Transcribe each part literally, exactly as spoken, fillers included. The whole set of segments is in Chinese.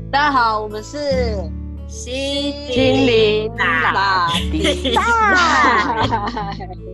大家好，我们是心心灵拉迪赛。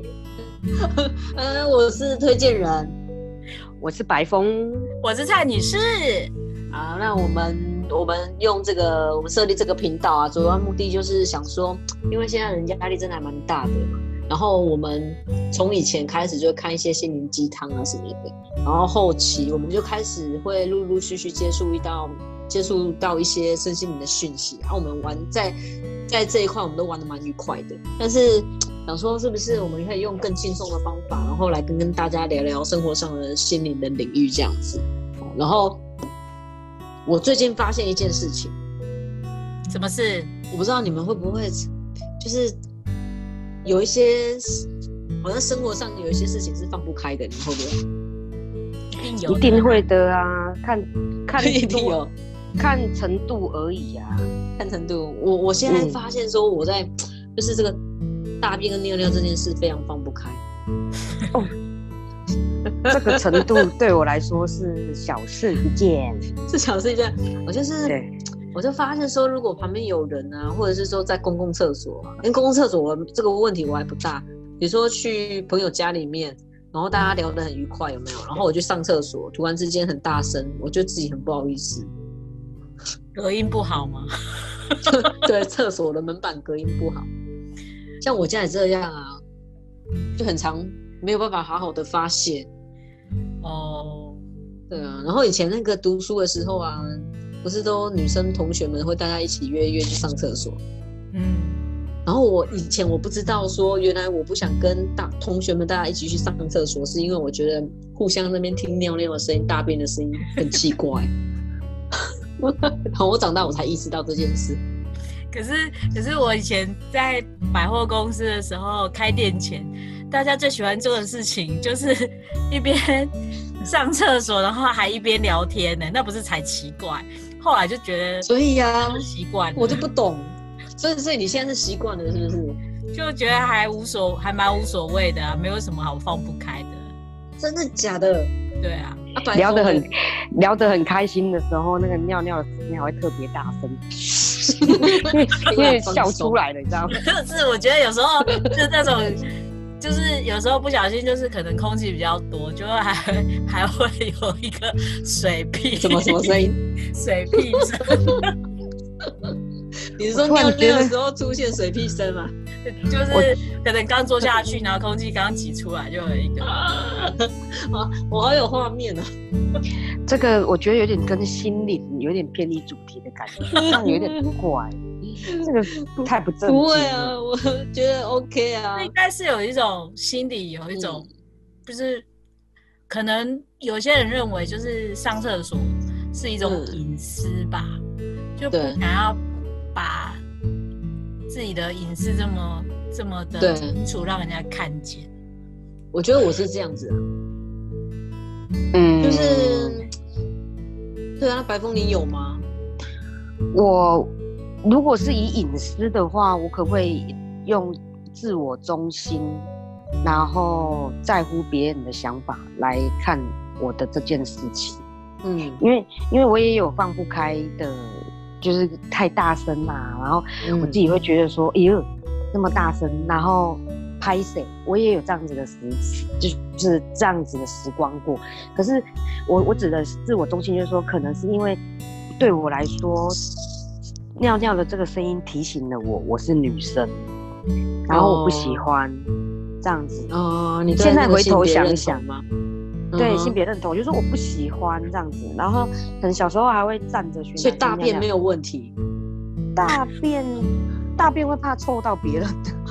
嗯，我是推荐人， 我是白风， 我是蔡女士。 好，那我们我们用这个，我们设立这个频道啊，主要目的就是想说，因为现在人家压力真的还蛮大的嘛，然后我们从以前开始就会看一些心灵鸡汤啊什么的，然后后期我们就开始会陆陆续续接触到接触到一些身心灵的讯息，然后我们玩在在这一块我们都玩得蛮愉快的，但是想说是不是我们可以用更轻松的方法，然后来跟跟大家聊聊生活上的心灵的领域这样子。然后我最近发现一件事情， 什么事？ 我不知道你们会不会，就是有一些好像生活上有一些事情是放不开的，你们会不会？ 一定有， 一定会的啊，看看一定有， 看程度而已啊， 看程度。我我现在发现说我在、嗯、就是这个大便跟尿尿这件事非常放不开。 哦，这个程度对我来说是小事一件， 是小事一件。我就是，我就发现说，如果旁边有人啊，或者是说在公共厕所、啊，因为公共厕所我这个问题我还不大。比如说去朋友家里面，然后大家聊得很愉快，有没有？然后我去上厕所，突然之间很大声，我觉得自己很不好意思。 隔音不好吗？ 对，厕所的门板隔音不好。像我家也这样啊，就很常没有办法好好的发泄。哦，对啊。然后以前那个读书的时候啊，不是都女生同学们会大家一起约约去上厕所？嗯。然后我以前我不知道说，原来我不想跟大同学们大家一起去上厕所，是因为我觉得互相那边听尿尿的声音、大便的声音很奇怪。然后我长大我才意识到这件事。 可是，可是我以前在百货公司的时候，开店前，大家最喜欢做的事情就是一边上厕所，然后还一边聊天呢，那不是才奇怪？后来就觉得， 所以啊， 习惯了， 我就不懂。所以，所以你现在是习惯了，是不是？ 就觉得还无所，还蛮无所谓的啊，没有什么好放不开的。 真的假的？ 对啊， 啊聊得很聊得很开心的时候，那个尿尿的声音还会特别大声，因为因为笑出来了，你知道吗？ 是，我觉得有时候就那种，就是有时候不小心，就是可能空气比较多，就还还会有一个水屁， 什么什么声音？ 水屁声。 你是说尿尿的时候出现水屁声吗？ 就是可能刚坐下去，然后空气刚挤出来，就有一个。 啊，我好有画面哦。 这个我觉得有点跟心灵有点偏离主题的感觉，这样有点怪。这个太不正经了。 不会啊，我觉得 OK 啊。 应该是有一种心里有一种，嗯、就是可能有些人认为，就是上厕所是一种隐私吧。嗯，就不想要把自己的隐私这么这么的清楚让人家看见。 我觉得我是这样子啊，嗯，就是对啊，白风你有吗？ 我如果是以隐私的话，我可不可以用自我中心，然后在乎别人的想法来看我的这件事情？嗯，因为因为我也有放不开的。就是太大声啦，然后我自己会觉得说，哎呦，那么大声，然后拍谁，我也有这样子的时，就是这样子的时光过。可是我我指的自我中心，就是说，可能是因为对我来说，尿尿的这个声音提醒了我，我是女生，然后我不喜欢这样子。 哦，你现在回头想想吗？ 对，性别认同，我就说我不喜欢这样子，然后可能小时候还会站着学， 所以大便没有问题。 大便大便会怕臭到别人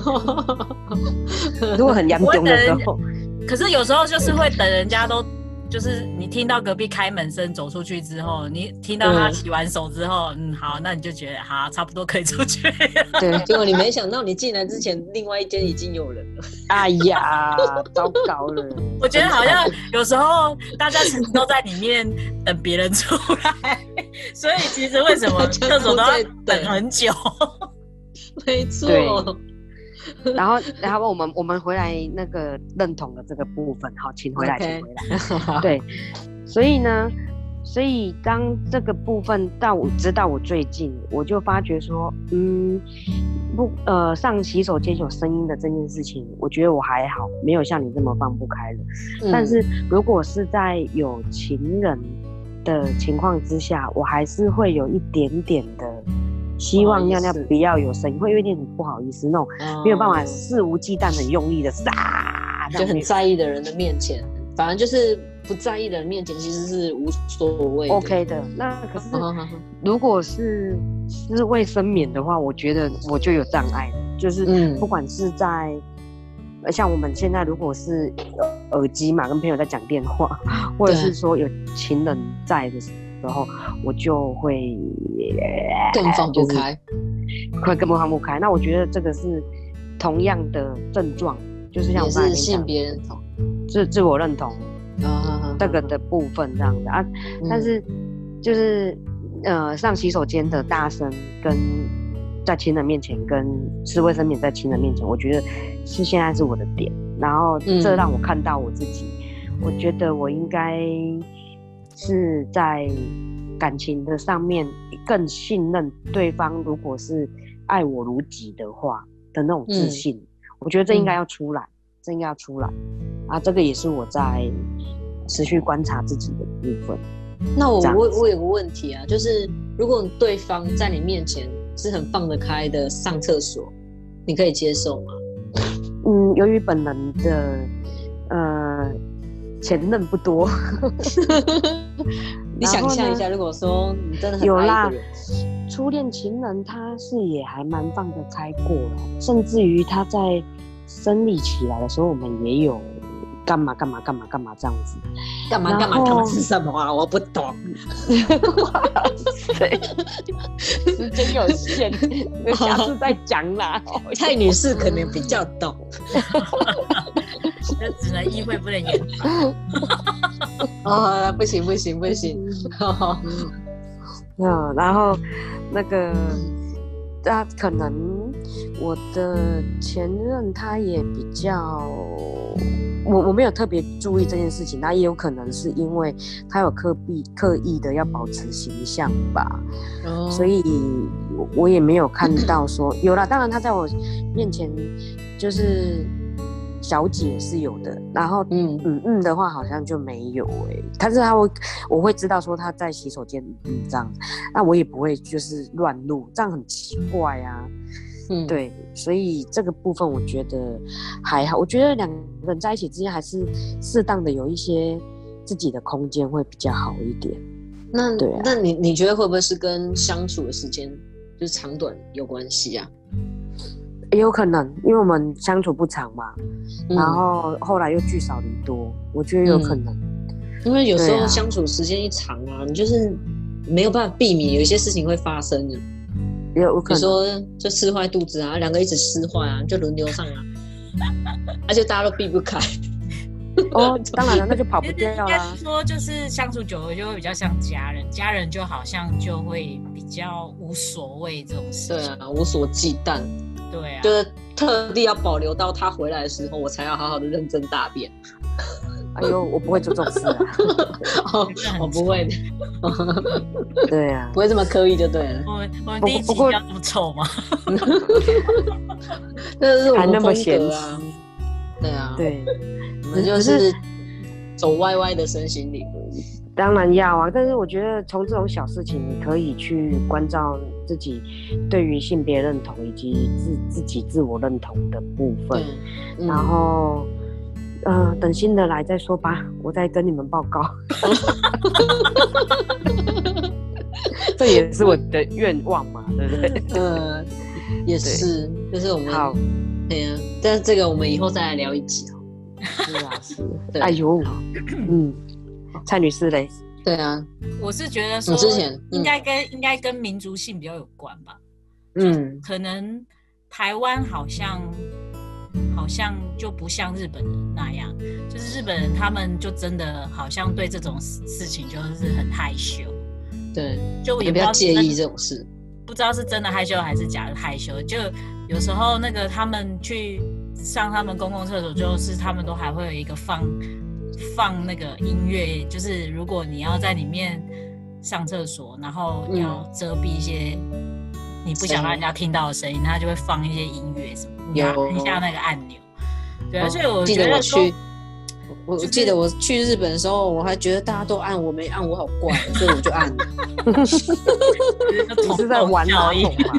如果很严重的时候， 可是有时候就是会等人家都，就是你听到隔壁开门声走出去之后，你听到他洗完手之后，嗯，嗯好，那你就觉得好，差不多可以出去了。 对，结果你没想到你进来之前，另外一间已经有人了。 哎呀，糟糕了！ 我觉得好像有时候大家其实都在里面等别人出来，所以其实为什么厕所都要等很久？ 没错。 然后，然后我们我们回来那个认同的这个部分，好，请回来， okay. 请回来。对，所以呢， 所以当这个部分到我直到我最近，我就发觉说，嗯，不，呃，上洗手间有声音的这件事情，我觉得我还好，没有像你这么放不开了。嗯、但是如果是在有情人的情况之下，我还是会有一点点的希望尿尿不要有声音，会有一点很不好意思，那种、哦、没有办法肆无忌惮、很用力的撒， 就很在意的人的面前，反正就是不在意的人面前其实是无所谓的 OK 的。那可是如果是是卫生棉的话，我觉得我就有障碍了，就是不管是在、嗯、像我们现在如果是耳机嘛，跟朋友在讲电话，或者是说有情人在的时候，我就会更放不开， 会更放不开。那我觉得这个是同样的症状，就是像我刚才也是性别认同， 自自我认同。 啊、 这个的部分这样子啊、嗯，但是就是呃上洗手间的大声跟在情人面前跟吃卫生棉在情人面前，我觉得是现在是我的点，然后这让我看到我自己、嗯、我觉得我应该是在感情的上面更信任对方，如果是爱我如己的话的那种自信、嗯、我觉得这应该要出来、嗯、这应该要出来啊，这个也是我在持续观察自己的部分。 那我我我有个问题啊，就是如果对方在你面前是很放得开的上厕所，你可以接受吗？ 嗯，由于本人的呃前任不多， 你想象一下，如果说你真的很有啦， 爱一个人， 初恋情人他是也还蛮放得开过了，甚至于他在生理起来的时候，我们也有干嘛干嘛干嘛干嘛这样子， 干嘛干嘛干嘛是什么啊？我不懂。 对，时间有限，下次再讲啦。 蔡女士可能比较懂， 那只能意会不能言传。 哦，不行不行不行。 嗯，然后那个。啊，可能我的前任他也比较，我我没有特别注意这件事情，他也有可能是因为他有刻意刻意的要保持形象吧，哦、所以我也没有看到说有啦，当然他在我面前就是小姐是有的，然后嗯嗯嗯的话好像就没有哎、欸，但是他会我会知道说他在洗手间嗯这样，那我也不会就是乱录，这样很奇怪啊，嗯对，所以这个部分我觉得还好，我觉得两个人在一起之间还是适当的有一些自己的空间会比较好一点。 那对啊， 那你你觉得会不会是跟相处的时间就是长短有关系啊？ 也有可能，因为我们相处不长嘛，嗯、然后后来又聚少离多，我觉得有可能。 嗯、因为有时候相处时间一长啊，啊你就是没有办法避免有一些事情会发生的。 有可能， 比如说就吃坏肚子啊，两个一直吃坏啊，就轮流上啊，而且大家都避不开。 哦，当然了，那就跑不掉啦。 应该是说，就是相处久了就会比较像家人，家人就好像就会比较无所谓这种事情。 对啊，无所忌惮。 对啊， 就是特地要保留到他回来的时候，我才要好好的认真大便。 哎呦，我不会做这种事啊！ 哦，我不会的。 对啊， 不会这么刻意就对了。 我们我们第一集要这么臭吗？ 这是我们还那么闲啊。对啊， 对， 我们就是走歪歪的身心灵。 当然要啊，但是我觉得从这种小事情，你可以去关照自己对于性别认同以及自自己自我认同的部分，嗯、然后，呃，等新的来再说吧，我再跟你们报告。这也是我的愿望嘛，对不对？ 嗯，也是，就是我们好， 对呀、啊，但是这个我们以后再来聊一集哦。 是啊，是，哎呦，嗯。蔡女士嘞？ 对啊， 我是觉得说， 之前应该跟、嗯、应该跟民族性比较有关吧。 嗯， 可能台湾好像好像就不像日本人那样，就是日本人他们就真的好像对这种事情就是很害羞。 对， 就也不要介意这种事。 不知道是真的害羞还是假的害羞，就有时候那个他们去上他们公共厕所，就是他们都还会有一个放。 放那个音乐，就是如果你要在里面上厕所，然后要遮蔽一些你不想让人家听到的声音，它就会放一些音乐什么，你要按一下那个按钮。对啊，所以我觉得说。 我记得我去日本的时候，我还觉得大家都按，我没按，我好怪，所以我就按了。 你是在玩马桶吗？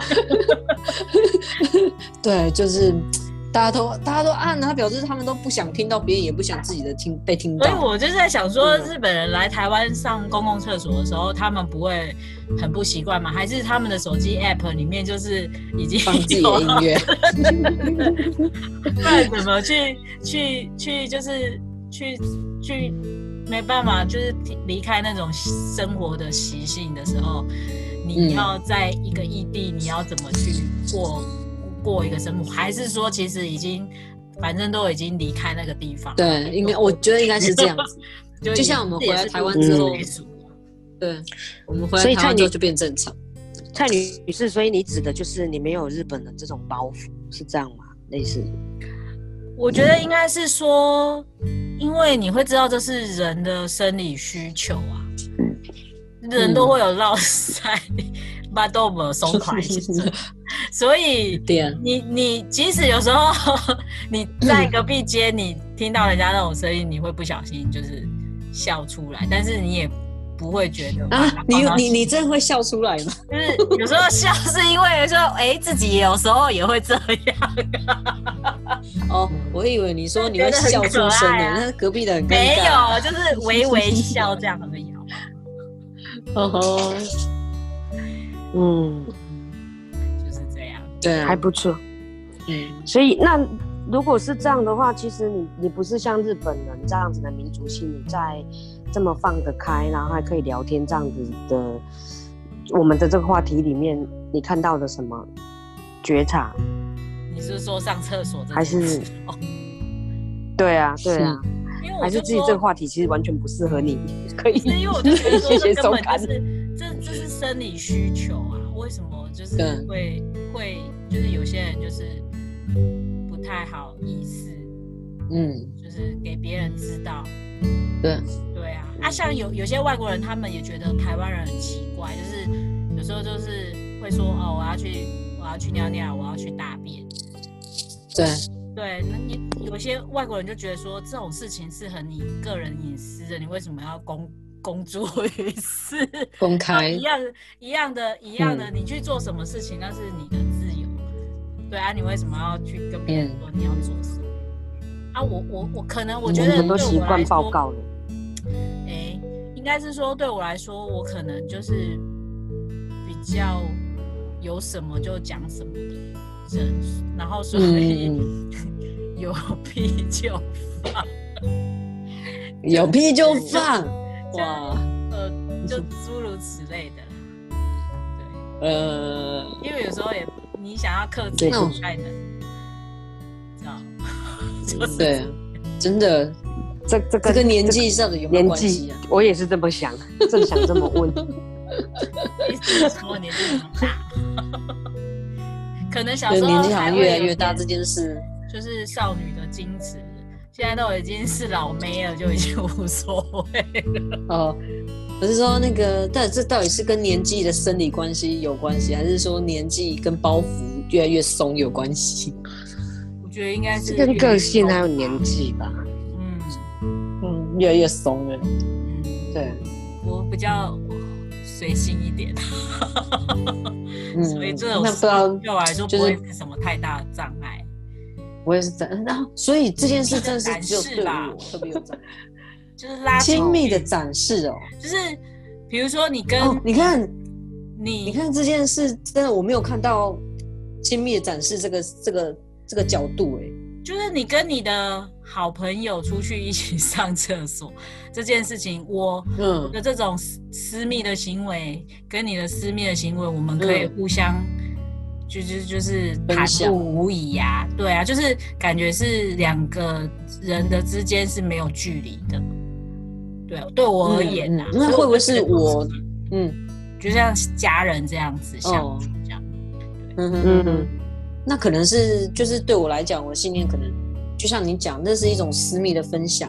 对，就是大家都大家都按了，他表示他们都不想听到别人，也不想自己的听被听到。 所以我就是在想说，日本人来台湾上公共厕所的时候，他们不会很不习惯吗？还是他们的手机 app 里面就是已经放自己的音乐？ 不然怎么去去去就是去去没办法，就是离开那种生活的习性的时候，你要在一个异地，你要怎么去过？过一个生活，还是说其实已经反正都已经离开那个地方？ 对，应该我觉得应该是这样子。就, 就像我们回来台湾之后，对，我们回来台湾之后就变正常。 蔡女士，所以你指的就是你没有日本的这种包袱，是这样吗？类似？ 我觉得应该是说，因为你会知道这是人的生理需求啊，人都会有落腮。巴豆没松快，所以你你即使有时候你在隔壁街，你听到人家那种声音，你会不小心就是笑出来，但是你也不会觉得啊，你你你真的会笑出来吗？ 就是有时候笑是因为说，哎、欸，自己有时候也会这样。 哦，我以为你说你会笑出声的，那、啊、隔壁的很尴尬。 没有，就是微微笑这样而已。 哦吼。 嗯， 就是这样， 对， 还不错。嗯，所以那如果是这样的话，其实你你不是像日本人这样子的民族性，你在这么放得开，然后还可以聊天这样子的，我们的这个话题里面，你看到的什么觉察？ 你是说上厕所这还是？对啊，对啊。还是自己这个话题其实完全不适合你，可以。 因为我就觉得说，这根本就是这这是生理需求啊。为什么就是会会就是有些人就是不太好意思，嗯，就是给别人知道。 对对啊，啊，像有有些外国人，他们也觉得台湾人很奇怪，就是有时候就是会说哦，我要去我要去尿尿，我要去大便。 对。 对，那你有些外国人就觉得说这种事情是很你个人隐私的，你为什么要公公诸于世？ 公开一样一样的一样的、嗯，你去做什么事情那是你的自由。对啊，你为什么要去跟别人说你要做什么？嗯、啊，我我我可能我觉得很多习惯报告了。 哎，应该是说对我来说，我可能就是比较有什么就讲什么的。然后所以、嗯、有屁就放， 有屁就放，哇， 呃，就诸如此类的啦。对，呃，因为有时候也你想要克制，不太能，知道？就是、 对，真的， 这这个这个年纪上的有没有关系啊？ 我也是这么想，正想这么问。 意思是说年纪很大。可能小时候年纪好像越来越大，这件事就是少女的矜持，现在都已经是老妹了，就已经无所谓了。 哦，我是说那个，但这到底是跟年纪的生理关系有关系，还是说年纪跟包袱越来越松有关系？ 我觉得应该是跟个性还有年纪吧。 嗯嗯，越来越松了。 嗯， 对， 我比较随性一点。嗯、所以这种事对我来说不会是什么太大的障碍。 我也是这样，然后所以这件事真的是只有对我特别有障碍， 就是拉亲密的展示哦。 就是比如说你跟、 哦、你看你你看这件事，真的我没有看到亲密的展示这个这个这个角度哎。 就是你跟你的好朋友出去一起上厕所这件事情，我的这种私密的行为跟你的私密的行为，我们可以互相、嗯、就是就是袒护无疑呀、啊，对啊，就是感觉是两个人的之间是没有距离的，对，对我而言啊， 嗯嗯、那会不会是我嗯， 就像家人这样子相处这样， 哦、嗯嗯嗯。那可能是，就是对我来讲，我的信念可能就像你讲，那是一种私密的分享，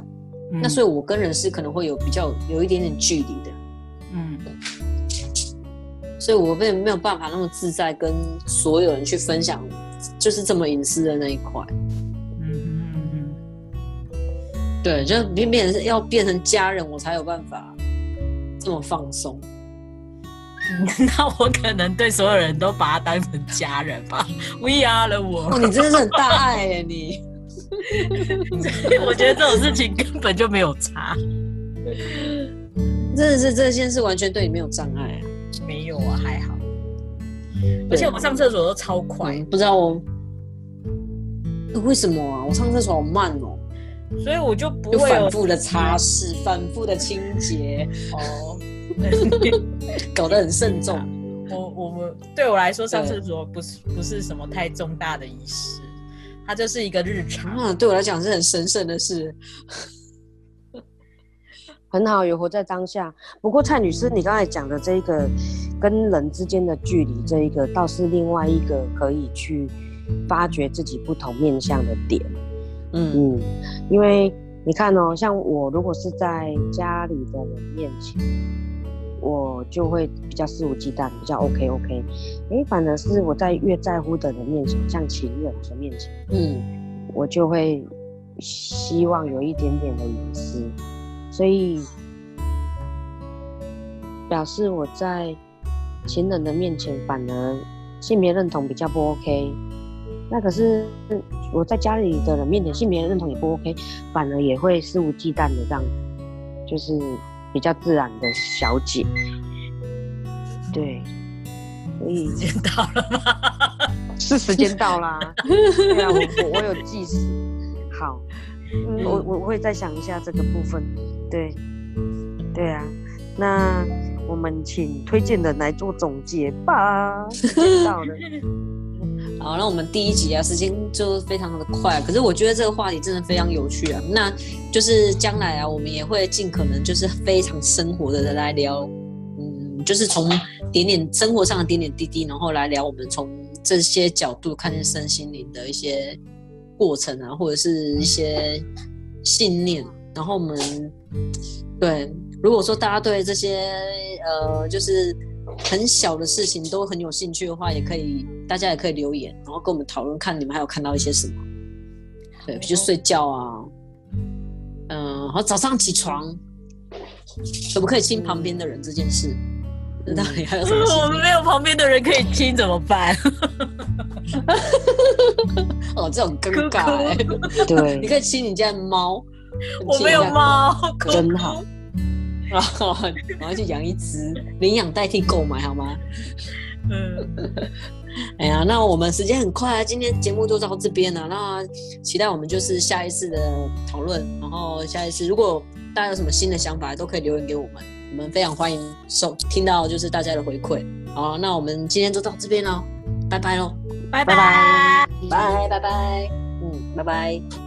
嗯、那所以我跟人是可能会有比较有一点点距离的，嗯，所以我没有没有办法那么自在跟所有人去分享，就是这么隐私的那一块，嗯嗯嗯，对，就变变成要变成家人，我才有办法这么放松。 那我可能对所有人都把他当成家人吧。We are the world。 哦，你真的是很大爱耶，你。 我觉得这种事情根本就没有差。 真的是这件事完全对你没有障碍啊？ 没有啊，还好。而且我上厕所都超快， 嗯、不知道我、呃、为什么啊？我上厕所好慢哦， 所以我就不会有反复的擦拭、反复的清洁哦。搞得很慎重。 我我们对我来说，上厕所不是不是什么太重大的仪式，它就是一个日常。 啊，对我来讲是很神圣的事。 很好，有活在当下。不过蔡女士，你刚才讲的这一个跟人之间的距离，这一个倒是另外一个可以去发掘自己不同面向的点。嗯嗯，因为你看哦，像我如果是在家里的人面前。我就会比较肆无忌惮，比较 OK OK， 哎，反而是我在越在乎的人面前，像情人的面前，嗯，我就会希望有一点点的隐私，所以表示我在情人的面前反而性别认同比较不 OK， 那可是我在家里的人面前性别认同也不 OK， 反而也会肆无忌惮的这样子，就是比较自然的小姐，对，所以时间到了吗？ 是时间到啦，对啊，我我我有计时，好，嗯，我我会再想一下这个部分，对，对啊，那我们请推荐人来做总结吧，时间到了。 好，那我们第一集啊，时间就非常的快，可是我觉得这个话题真的非常有趣啊。那就是将来啊，我们也会尽可能就是非常生活的来聊，嗯，就是从点点生活上的点点滴滴，然后来聊我们从这些角度看见身心灵的一些过程啊，或者是一些信念。然后我们对，如果说大家对这些呃，就是很小的事情都很有兴趣的话，也可以，大家也可以留言，然后跟我们讨论，看你们还有看到一些什么。对，比如睡觉啊，嗯、呃，然后早上起床可不可以亲旁边的人这件事，到底还有什么？ 我们没有旁边的人可以亲怎么办？ 哦，这种尴尬哎、欸。 对， 你可以亲你家的猫。 我没有猫， 真好。 然后然后去养一只，领养代替购买好吗？嗯，哎呀，那我们时间很快啊，今天节目就到这边了。那期待我们就是下一次的讨论，然后下一次如果大家有什么新的想法，都可以留言给我们，我们非常欢迎收听到就是大家的回馈。好，那我们今天就到这边咯，拜拜咯， 拜拜拜拜拜拜，嗯，拜拜。